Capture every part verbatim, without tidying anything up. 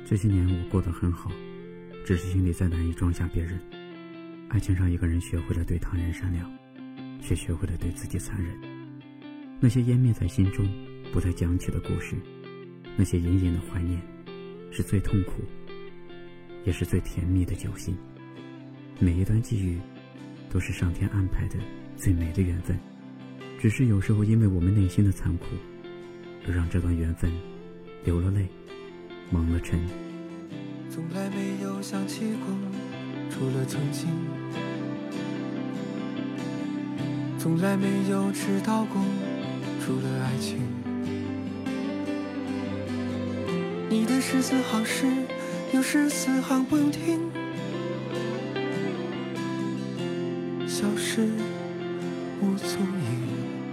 这些年我过得很好，只是心里再难以装下别人。爱情让一个人学会了对他人善良，却学会了对自己残忍。那些湮灭在心中不再讲起的故事，那些隐隐的怀念，是最痛苦也是最甜蜜的揪心。每一段际遇都是上天安排的最美的缘分，只是有时候因为我们内心的残酷，而让这段缘分流了泪，蒙了尘。 从来没有想起过，除了曾经，从来没有知道过，除了爱情。你的十四行诗有十四行不用听，消失无踪影。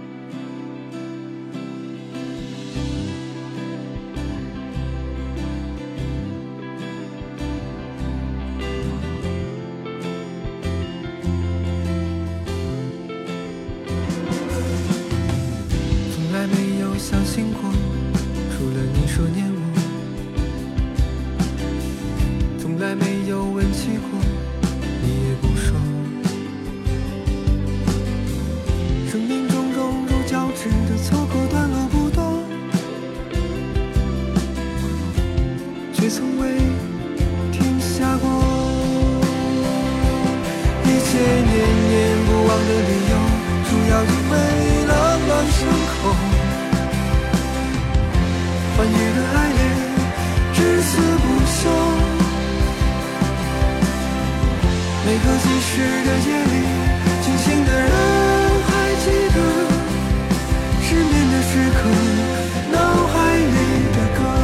从来没有相信过，除了你说念我，从来没有问起过，你也不说。生命中融入交织的错过段落不多，却从未停下过。一切念念不忘的理由，主要因为朗朗伤口。欢愉的爱恋至死不休，每个即逝的夜里，清醒的人还记得失眠的时刻，脑海里的歌。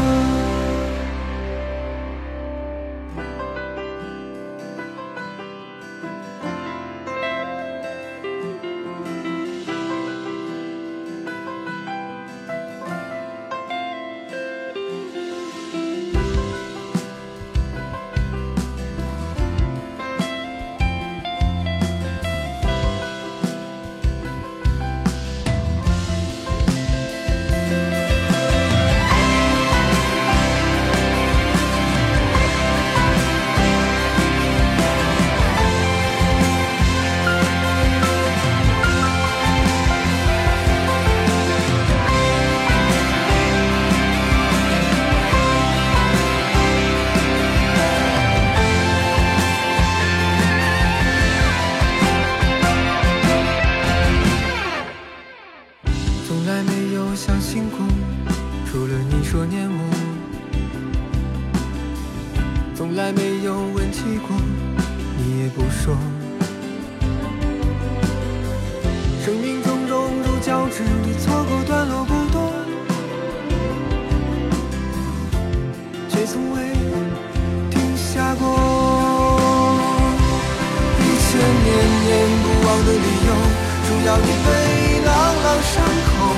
从来没有相信过，除了你说念我，从来没有问起过，你也不说。生命中融入交织的错过段落不多，却从未停下过。一切念念不忘的理由，主要因为朗朗伤口。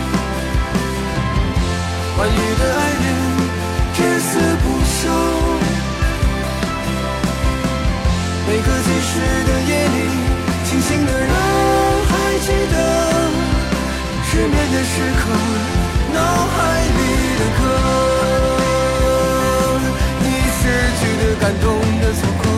欢愉的爱恋至死不休，每个即逝的夜里，清醒的人还记得失眠的时刻，脑海里的歌。你失去的感动的错过，